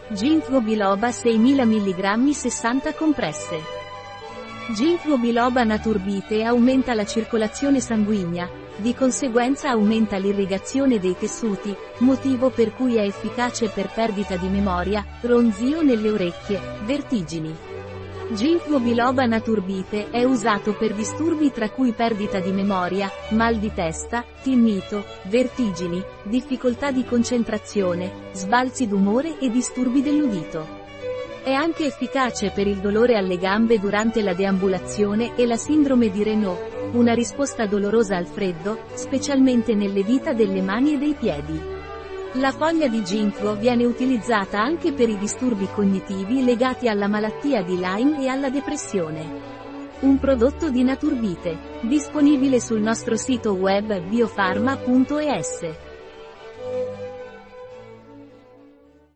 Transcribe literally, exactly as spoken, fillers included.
Ginkgo biloba seimila milligrammi sessanta compresse. Ginkgo biloba Naturbite aumenta la circolazione sanguigna, di conseguenza aumenta l'irrigazione dei tessuti, motivo per cui è efficace per perdita di memoria, ronzio nelle orecchie, vertigini. Ginkgo biloba Naturbite è usato per disturbi tra cui perdita di memoria, mal di testa, tinnito, vertigini, difficoltà di concentrazione, sbalzi d'umore e disturbi dell'udito. È anche efficace per il dolore alle gambe durante la deambulazione e la sindrome di Raynaud, una risposta dolorosa al freddo, specialmente nelle dita delle mani e dei piedi. La foglia di ginkgo viene utilizzata anche per i disturbi cognitivi legati alla malattia di Lyme e alla depressione. Un prodotto di Naturbite, disponibile sul nostro sito web biofarma punto es.